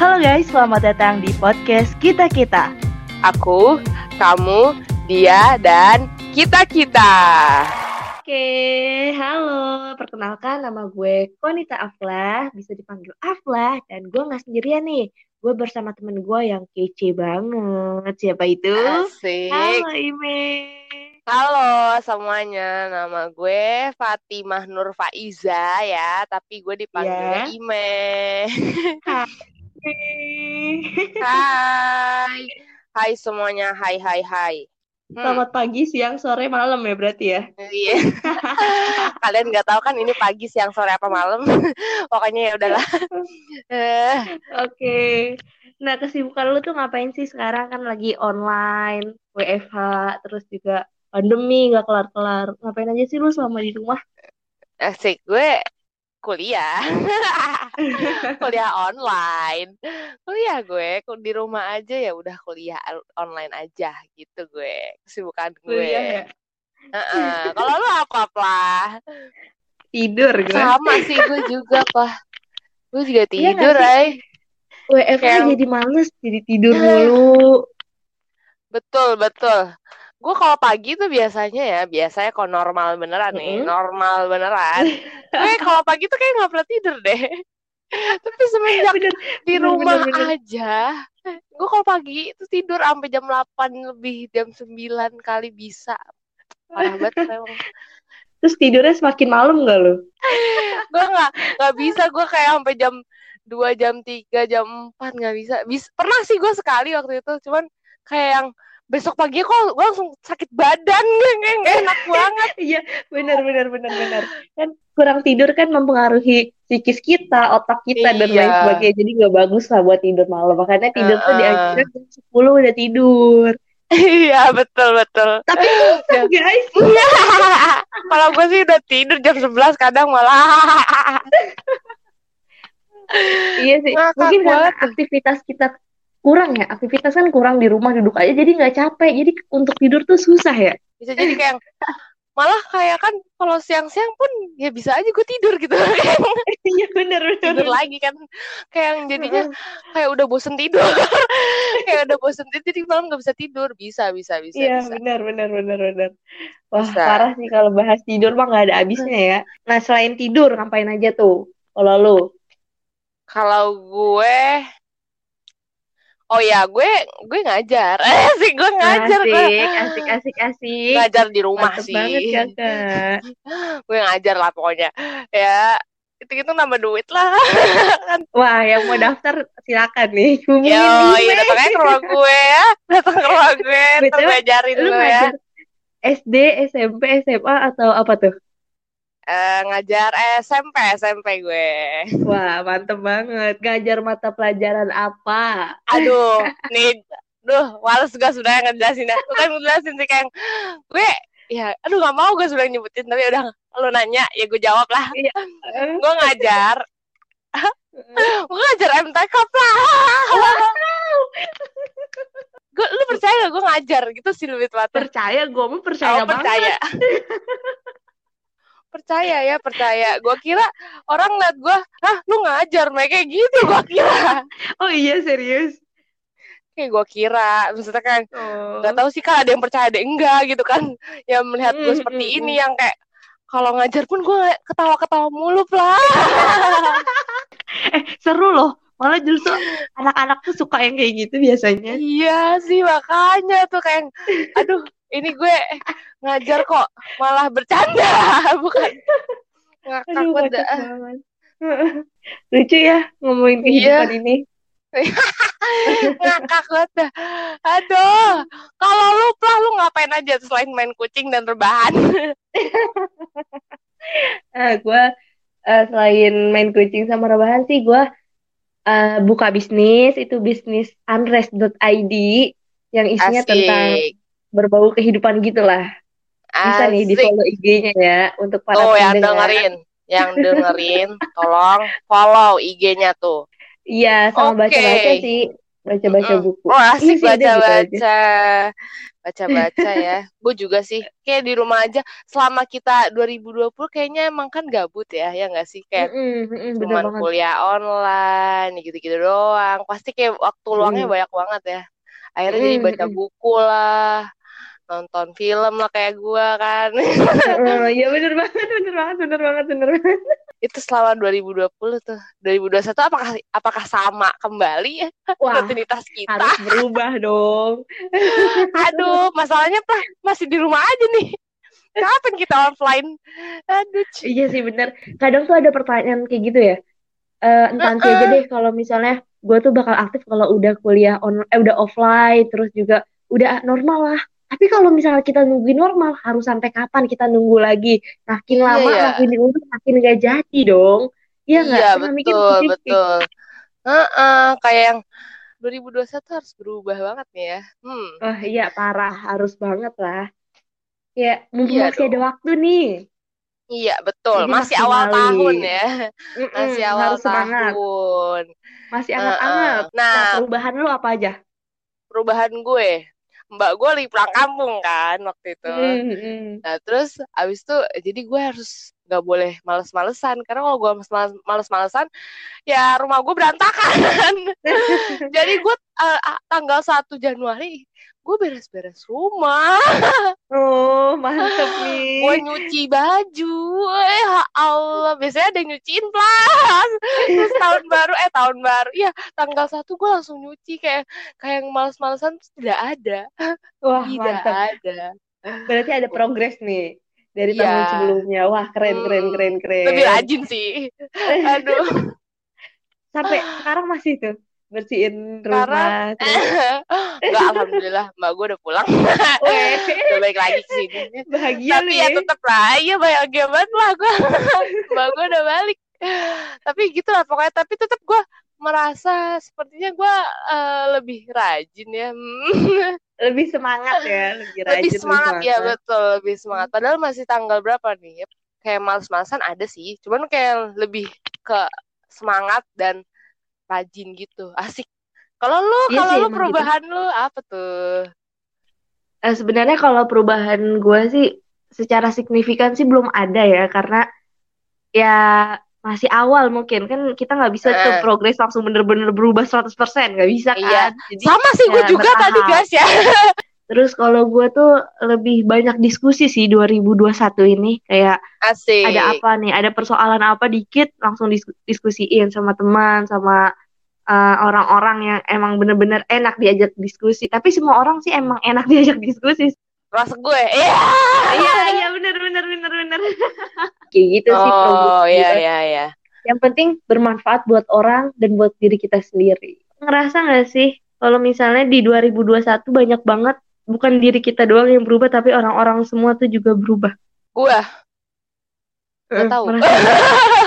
Halo guys, selamat datang di podcast Kita-Kita. Aku, kamu, dia, dan kita-kita. Oke, halo. Perkenalkan, nama gue Konita Aflah, bisa dipanggil Aflah. Dan gue gak sendirian nih, gue bersama temen gue yang kece banget. Siapa itu? Asik. Halo Ime. Halo semuanya, nama gue Fatimah Nur Faiza ya, tapi gue dipanggilnya Ime. Hai semuanya, hai. Selamat pagi, siang, sore, malam ya berarti ya? Iya. Kalian nggak tahu kan ini pagi, siang, sore apa malam? Pokoknya ya udahlah. Oke. Nah, kesibukan lu tuh ngapain sih sekarang? Kan lagi online, WFH, terus juga pandemi nggak kelar-kelar. Ngapain aja sih lu selama di rumah? Asik, gue kuliah. Kuliah online. Kuliah gue di rumah aja ya udah kuliah online aja gitu gue. Kesibukan gue. Kuliah ya? Kalau lu apa? Tidur gue. Sama sih gue juga, Pak. Gue juga Iya tidur, ay. WFH jadi males, jadi tidur mulu. Betul. Gue kalau pagi tuh biasanya kalau normal beneran nih, normal beneran. Gue kalau pagi tuh kayak nggak pernah tidur deh. Tapi semenjak di rumah aja, gue kalau pagi itu tidur sampai jam 8 lebih, jam 9 kali bisa. Parah banget emang. Terus tidurnya semakin malam gak lo? Gue nggak bisa, gue kayak sampai jam 2, jam 3, jam 4 nggak bisa. Pernah sih gue sekali waktu itu, cuman kayak yang besok pagi kok gue langsung sakit badan, gak enak banget. Iya, benar. Kan kurang tidur kan mempengaruhi psikis kita, otak kita dan lain sebagainya. Jadi nggak bagus lah buat tidur malam. Makanya tidur tuh dianjurkan jam 10 udah tidur. Iya, betul. Tapi guys, kalau gue sih udah tidur jam 11 kadang malah. Iya sih, mungkin karena aktivitas kita kurang ya, aktivitas kan kurang di rumah, duduk aja jadi nggak capek, jadi untuk tidur tuh susah ya. Bisa jadi kayak malah kayak kan kalau siang-siang pun ya bisa aja gue tidur gitu. Iya benar. Tidur lagi kan, kayak yang jadinya kayak udah bosen tidur. Kayak udah bosen tidur jadi malam nggak bisa tidur. Bisa. Iya benar. Wah bisa. Parah sih kalau bahas tidur mah nggak ada habisnya ya. Nah selain tidur ngapain aja tuh kalau lu? Kalau gue gue ngajar. Gue ngajar. Asik. Ngajar di rumah. Mantep sih. Banget kakak. Gue ngajar lah pokoknya. Ya, itu nambah duit lah. Wah, yang mau daftar silakan nih. Iya, datang ke rumah gue ya. Datang ke rumah gue, ntar gue ajarin lu ya. SD, SMP, SMA atau apa tuh? Ngajar SMP gue. Wah, mantep banget. Ngajar mata pelajaran apa? Aduh, males gue sudah ngejelasin. Lu kan ngejelasin sih kayak gue, ya, nggak mau gue sudah nyebutin, tapi udah lu nanya, ya gue jawab lah. Iya. Gue ngajar. Gue ngajar MTK lah. Lu percaya gak gue ngajar gitu sih lebih tepatnya? Percaya, gue mah percaya banget. Percaya. Gue kira orang liat gue, lu ngajar, kayak gitu gue kira. Oh iya, serius? Kayak gue kira, maksudnya kan gak tahu sih kan ada yang percaya ada yang enggak gitu kan, yang melihat gue seperti ini yang kayak kalau ngajar pun gue ketawa-ketawa mulu lah. Seru loh, malah justru anak-anak tuh suka yang kayak gitu biasanya. Iya sih, makanya tuh kayak aduh ini gue ngajar kok malah bercanda, bukan ngakak banget. Lucu ya ngomongin kehidupan ini. Ngakak banget. Aduh, kalau lu ngapain aja selain main kucing dan rebahan? Gue selain main kucing sama rebahan sih gue buka bisnis, itu bisnis unrest.id yang isinya tentang berbau kehidupan gitulah. Bisa nih di follow IG-nya ya untuk para pendengar. Yang dengerin tolong follow IG-nya tuh. Iya, sama baca-baca sih. baca-baca buku. Oh Iya asik sih udah gitu aja. baca-baca ya. Gue juga sih kayak di rumah aja selama kita 2020 kayaknya emang kan gabut ya nggak sih kayak Bener cuman banget. kuliah online gitu-gitu doang. Pasti kayak waktu luangnya Mm-mm. banyak banget ya. Akhirnya jadi Mm-mm, baca mm-mm. buku lah, nonton film lah kayak gua kan. Iya bener banget, bener banget, bener banget, bener banget. Itu selama 2020 tuh. 2021 apakah apakah sama kembali ya Wah, rutinitas kita? harus berubah dong. Aduh, masalahnya masih di rumah aja nih. Kapan kita offline? Aduh. Iya sih bener. Kadang tuh ada pertanyaan kayak gitu ya. Entah nanti aja Heeh. deh kalau misalnya gue tuh bakal aktif kalau udah kuliah udah offline terus juga udah normal lah. Tapi kalau misalnya kita nungguin normal harus sampai kapan kita nunggu lagi? Makin Iya lama ya. makin diundur makin gak jadi dong. Iya nggak? Iya, Pernah mikir betul, gak sih? betul. Heeh, kayak yang 2021 harus berubah banget nih ya. Oh iya parah harus banget lah. Ya mumpung Iya masih ada dong. waktu nih. Iya, betul. Jadi Masih awal tahun maksimalin. ya. Masih awal Harus semangat. tahun. Masih Heeh. anget-anget. Nah, Nah perubahan lu apa aja? perubahan gue. Mbak gue lagi pulang kampung kan waktu itu. Mm-mm. Nah, terus abis itu jadi gue harus nggak boleh males-malesan. Karena kalau gue males-malesan, ya rumah gue berantakan. Jadi gue tanggal 1 Januari, gue beres-beres rumah. Oh, mantep Gue nih. nyuci baju, ya Allah, biasanya ada yang nyuciin plus. Terus tahun baru, ya tanggal 1 gue langsung nyuci kayak yang males-malesan tuh tidak ada, Wah, tidak mantep. ada. Berarti ada progres nih dari Iya, tahun sebelumnya. Wah, keren, keren, mm-mm. keren, Lebih keren. rajin sih. Aduh, Sampai sekarang masih tuh bersihin sekarang rumah terus. enggak, alhamdulillah mbak gue udah pulang. Weh, Udah balik lagi ke sini. bahagia lu Tapi ya ya. tetap lah, iya bahagia banget lah gue. Mbak gue udah balik. Tapi gitu lah pokoknya. Tapi tetap gue merasa sepertinya gue lebih rajin ya. Lebih semangat ya, lebih Lebih rajin, lebih semangat ya, semangat. betul. Lebih semangat. Padahal masih tanggal berapa nih? Kayak males-malesan ada sih. Cuman kayak lebih ke semangat dan rajin gitu. Asik. Kalau lu, Iya kalau sih lu emang gitu. perubahan lu apa tuh? Sebenarnya kalau perubahan gue sih secara signifikan sih belum ada ya karena ya masih awal mungkin kan kita nggak bisa tuh Eh, progres langsung bener-bener berubah 100% nggak bisa iya. kan jadi Sama sih ya gue juga tadi bertahap. guys ya. Terus kalau gue tuh lebih banyak diskusi sih 2021 ini kayak ada Asik. apa nih ada persoalan apa dikit langsung diskusiin sama teman sama orang-orang yang emang bener-bener enak diajak diskusi tapi semua orang sih emang enak diajak diskusi. Rasa gue. Iya. Iya iya bener bener bener bener kayak gitu sih progres Oh, iya, gue. iya, iya. Yang penting bermanfaat buat orang dan buat diri kita sendiri. Ngerasa nggak sih kalau misalnya di 2021 banyak banget bukan diri kita doang yang berubah tapi orang-orang semua tuh juga berubah. Gue nggak tahu. Merasa nggak?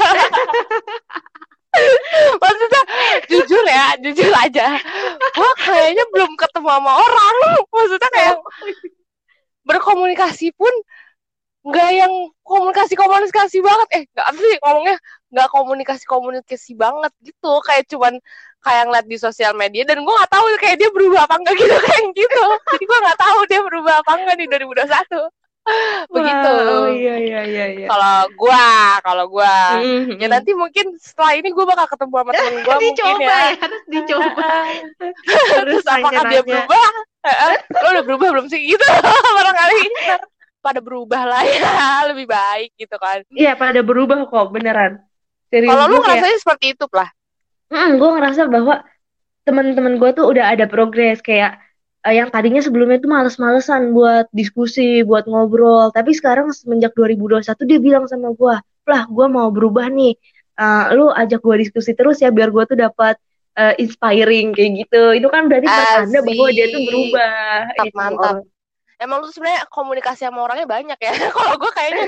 Maksudnya jujur aja. Gue kayaknya belum ketemu sama orang. Maksudnya kayak Oh, berkomunikasi pun nggak yang komunikasi banget. Nggak apa sih ngomongnya, nggak komunikasi banget gitu. Kayak cuman kayak ngeliat di sosial media dan gue nggak tahu kayak dia berubah apa enggak gitu kayak gitu. Jadi gue nggak tahu dia berubah apa enggak di 2021. Begitu. wah, oh iya iya iya iya. Kalau gua ya Mm-mm. nanti mungkin setelah ini gue bakal ketemu sama temen gue mungkin Dicoba ya. ya, harus dicoba. Terus Terus apakah dia nanya-nanya. berubah? Lo udah berubah belum sih gitu? Barangkali pada berubah lah ya, lebih baik gitu kan. Iya, pada berubah kok, beneran. Serius Kalau lu gue kayak, ngerasanya seperti itu lah. gue ngerasa bahwa teman-teman gue tuh udah ada progres kayak yang tadinya sebelumnya tuh males-malesan buat diskusi, buat ngobrol. Tapi sekarang semenjak 2021 dia bilang sama gue, lah gue mau berubah nih. Lu ajak gue diskusi terus ya biar gue tuh dapat inspiring kayak gitu. Itu kan berarti pertanda bahwa dia tuh Asik. berubah Mantap, gitu mantap. orang. Emang lu sebenarnya komunikasi sama orangnya banyak ya. Kalau gue kayaknya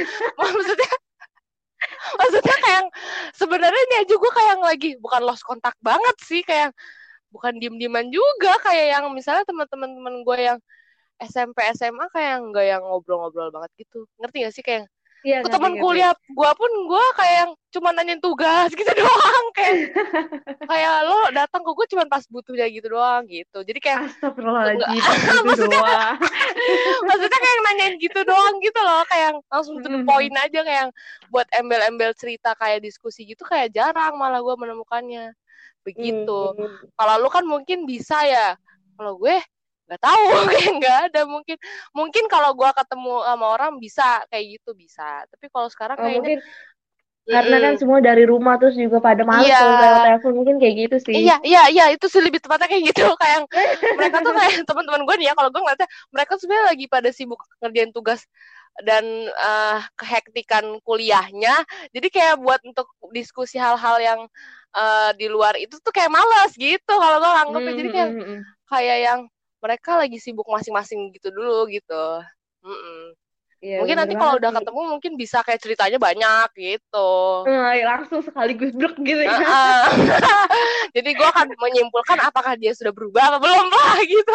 maksudnya kayak sebenarnya ini aja gue kayak yang lagi bukan lost kontak banget sih, kayak bukan diem-dieman juga kayak yang misalnya teman-teman gue yang SMP SMA kayak nggak yang ngobrol-ngobrol banget gitu, ngerti gak sih kayak Iya, Ke teman ngerti. kuliah gue kayak yang cuma nanyain tugas gitu doang, kayak lo datang ke gue cuma pas butuhnya gitu doang gitu. Jadi kayak enggak, Astagfirullahaladzim, pas butuh maksudnya doang. maksudnya kayak nanyain gitu doang gitu loh, kayak langsung to the Mm-mm. point aja, kayak buat embel-embel cerita kayak diskusi gitu kayak jarang malah gue menemukannya begitu. Mm. Kalau lu kan mungkin bisa ya, kalau gue nggak tahu. Kayak nggak ada, mungkin mungkin kalau gue ketemu sama orang bisa kayak gitu, bisa, tapi kalau sekarang kayaknya Mungkin karena kan mm-mm. semua dari rumah terus juga pada males Iya, kalau telepon mungkin kayak gitu sih. iya, itu sih lebih tepatnya kayak gitu. Kayak mereka tuh kayak teman-teman gue nih ya, kalau gue ngeliatnya mereka sebenarnya lagi pada sibuk ngerjain tugas dan kehektikan kuliahnya. Jadi kayak buat untuk diskusi hal-hal yang di luar itu tuh kayak malas gitu kalau gue anggapnya. Jadi kayak Mm-mm. yang mereka lagi sibuk masing-masing gitu dulu gitu. Mm-mm. Iya Mungkin bener nanti kalau banget udah sih. ketemu mungkin bisa kayak ceritanya banyak gitu. Langsung sekaligus brek gitu ya. Jadi gue akan menyimpulkan apakah dia sudah berubah atau belum lah gitu.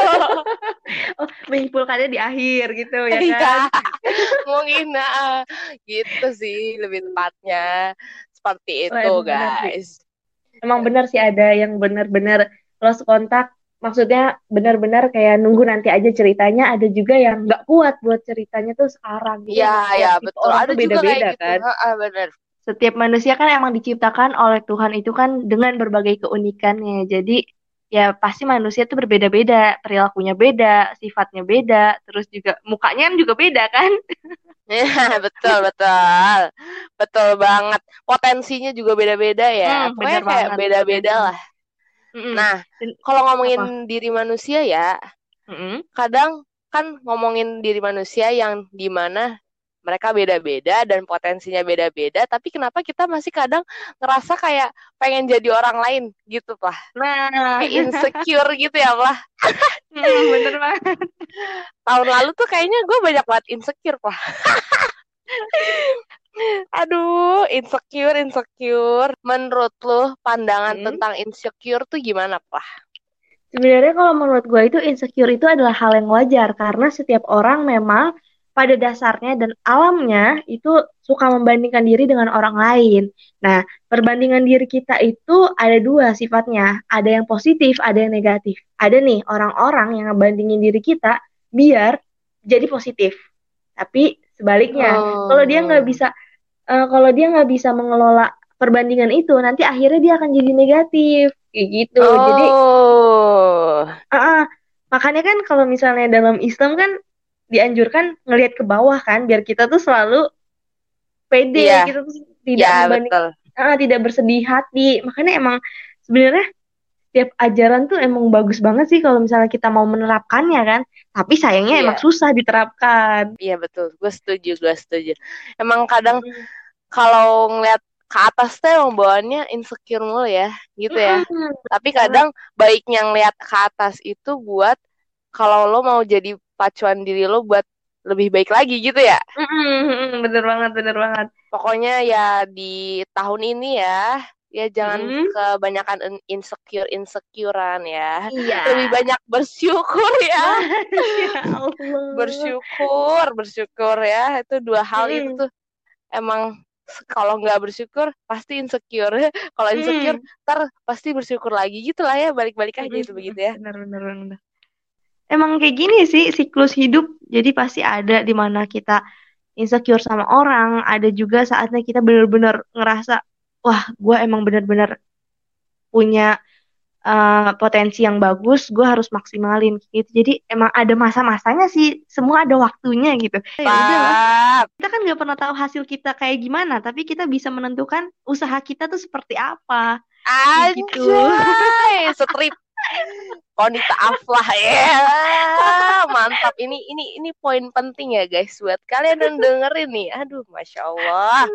Oh, menyimpulkannya di akhir gitu ya Iya, kan. mungkin gitu sih lebih tepatnya, seperti Oh, itu emang bener sih. guys. Emang bener sih ada yang bener-bener lost kontak. Maksudnya benar-benar kayak nunggu nanti aja ceritanya. Ada juga yang nggak kuat buat ceritanya tuh sekarang. Jadi Iya, emang ya tiap tipe betul, orang ada tuh juga kayak beda-beda gitu. kan. Bener. Setiap manusia kan emang diciptakan oleh Tuhan itu kan dengan berbagai keunikannya. Jadi ya pasti manusia tuh berbeda-beda, perilakunya beda, sifatnya beda, terus juga mukanya kan juga beda kan. Iya, betul, betul banget. Potensinya juga beda-beda ya. Pokoknya Bener kayak banget, beda-beda potensinya. lah. Mm-mm. Nah, Dan kalau apa? ngomongin diri manusia ya, Mm-mm. kadang kan ngomongin diri manusia yang dimana mereka beda-beda dan potensinya beda-beda, tapi kenapa kita masih kadang ngerasa kayak pengen jadi orang lain gitu lah, Nah, kayak insecure gitu ya lah. bener banget. Tahun lalu tuh kayaknya gue banyak banget insecure lah. Aduh, insecure. Menurut lo pandangan Mm. tentang insecure tuh gimana, Pak? Sebenarnya kalau menurut gue itu insecure itu adalah hal yang wajar karena setiap orang memang pada dasarnya dan alamnya itu suka membandingkan diri dengan orang lain. Nah, perbandingan diri kita itu ada dua sifatnya, ada yang positif, ada yang negatif. Ada nih orang-orang yang ngebandingin diri kita biar jadi positif. Tapi sebaliknya, kalau dia nggak Oh, bisa kalau dia nggak bisa mengelola perbandingan itu, nanti akhirnya dia akan jadi negatif kayak gitu. Jadi oh, Uh, makanya kan kalau misalnya dalam Islam kan dianjurkan ngelihat ke bawah kan biar kita tuh selalu pede, iya, kita tuh ya tidak membanding, betul, tidak bersedih hati. Makanya emang sebenarnya tiap ajaran tuh emang bagus banget sih kalau misalnya kita mau menerapkannya kan. Tapi sayangnya emang iya. susah diterapkan. Iya betul, gue setuju. Emang kadang Mm-mm. kalau ngeliat ke atas tuh emang bawaannya insecure mulu ya, gitu ya. Tapi Banget. kadang baiknya ngeliat ke atas itu buat kalau lo mau jadi pacuan diri lo buat lebih baik lagi gitu ya. Bener banget, bener banget. Pokoknya ya di tahun ini ya jangan Mm-mm. kebanyakan insecurean ya. Iya. Lebih banyak bersyukur ya. Ya Allah. Bersyukur ya. Itu dua hal itu Mm-mm. tuh emang kalau nggak bersyukur pasti insecure. Kalau insecure Mm-mm. ntar pasti bersyukur lagi gitu lah ya, balik-balik aja itu Mm-mm. begitu ya. Bener, bener, bener. Emang kayak gini sih siklus hidup. Jadi pasti ada di mana kita insecure sama orang, ada juga saatnya kita bener-bener ngerasa, wah, gue emang bener-bener punya potensi yang bagus, gue harus maksimalin gitu. Jadi emang ada masa-masanya sih, semua ada waktunya gitu. Ya udahlah, Pak, kita kan nggak pernah tahu hasil kita kayak gimana, tapi kita bisa menentukan usaha kita tuh seperti apa, kayak gitu. anjay, strip Konita Aflah ya. Mantap, ini poin penting ya guys buat kalian yang dengerin nih. Aduh, masya Allah.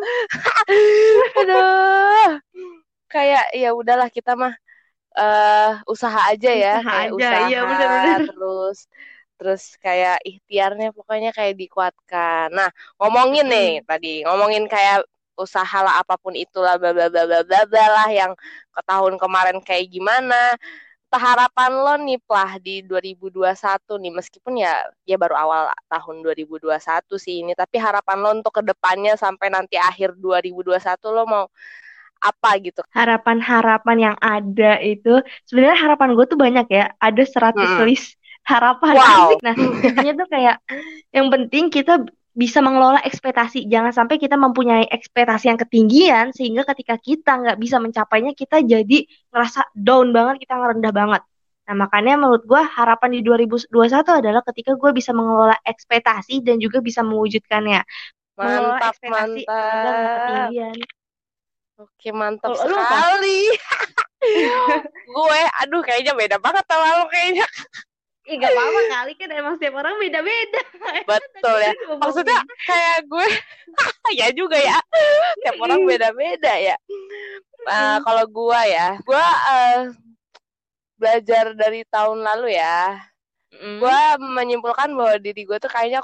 Aduh, kayak ya udahlah kita mah usaha aja ya, Usaha kayak aja, iya usaha bener-bener. terus terus kayak ikhtiarnya pokoknya kayak dikuatkan. Nah, ngomongin nih Mm-mm. tadi, ngomongin kayak usaha lah apapun itulah bla bla bla bla bla bla lah yang ke tahun kemarin kayak gimana. harapan lo nih Plah di 2021 nih, meskipun ya baru awal tahun 2021 sih ini, tapi harapan lo untuk kedepannya sampai nanti akhir 2021 lo mau apa gitu? Harapan-harapan yang ada itu sebenarnya harapan gue tuh banyak ya. Ada 100 list harapan Wow. asik. Nah, intinya tuh kayak yang penting kita bisa mengelola ekspektasi. Jangan sampai kita mempunyai ekspektasi yang ketinggian sehingga ketika kita nggak bisa mencapainya kita jadi ngerasa down banget, kita ngerendah banget. Nah, makanya menurut gue harapan di 2021 adalah ketika gue bisa mengelola ekspektasi dan juga bisa mewujudkannya. Mengelola Mantap, ekspektasi agar nggak mantap. ketinggian. Oke, mantap Kalau lu apa? sekali. Gue, aduh kayaknya beda banget sama lo kayaknya. Ih, gak apa-apa kali kan emang setiap orang beda-beda. Betul ya. Maksudnya kayak gue, ya juga ya. Setiap orang beda-beda ya. Kalau gue ya, gue belajar dari tahun lalu ya. Gue menyimpulkan bahwa diri gue tuh kayaknya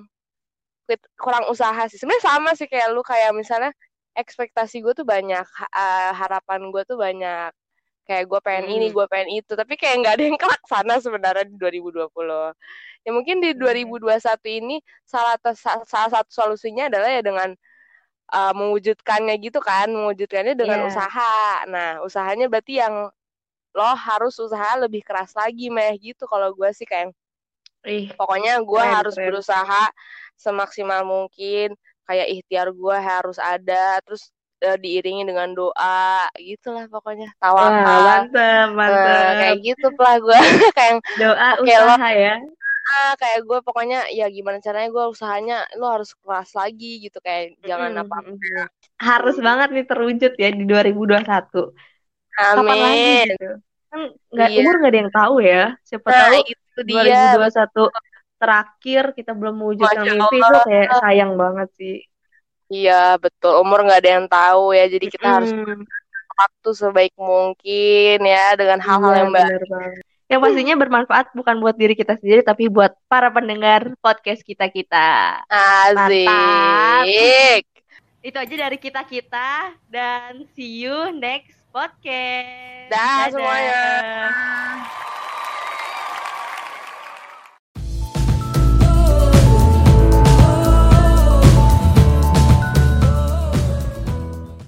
kurang usaha sih. Sebenarnya sama sih kayak lu, kayak misalnya ekspektasi gue tuh banyak, harapan gue tuh banyak. Kayak gue pengen ini, gue pengen itu, tapi kayak nggak ada yang kelaksana sebenarnya di 2020. Ya mungkin di 2021 ini salah satu solusinya adalah ya dengan mewujudkannya gitu kan, mewujudkannya dengan usaha. Nah, usahanya berarti yang lo harus usaha lebih keras lagi meh gitu. Kalau gue sih kayak pokoknya gue harus berusaha semaksimal mungkin, kayak ikhtiar gue harus ada, terus diiringi dengan doa gitulah pokoknya, tawakal. Mantep. Kayak gitu lah gue. Kayak doa usaha ya. Kayak gue pokoknya ya gimana caranya gue usahanya lo harus keras lagi gitu, kayak jangan apa-apa. Harus banget nih terwujud ya di 2021. Amin. Kapan lagi gitu? Kan umur nggak ada yang tahu ya. Siapa tahu itu 2021 terakhir kita belum mewujudkan mimpi itu kayak sayang banget sih. Iya betul, umur nggak ada yang tahu ya, jadi kita harus waktu sebaik mungkin ya dengan hal-hal yang benar banget. Yang pastinya bermanfaat bukan buat diri kita sendiri tapi buat para pendengar podcast kita. Asik. Itu aja dari kita dan see you next podcast. Dah semuanya.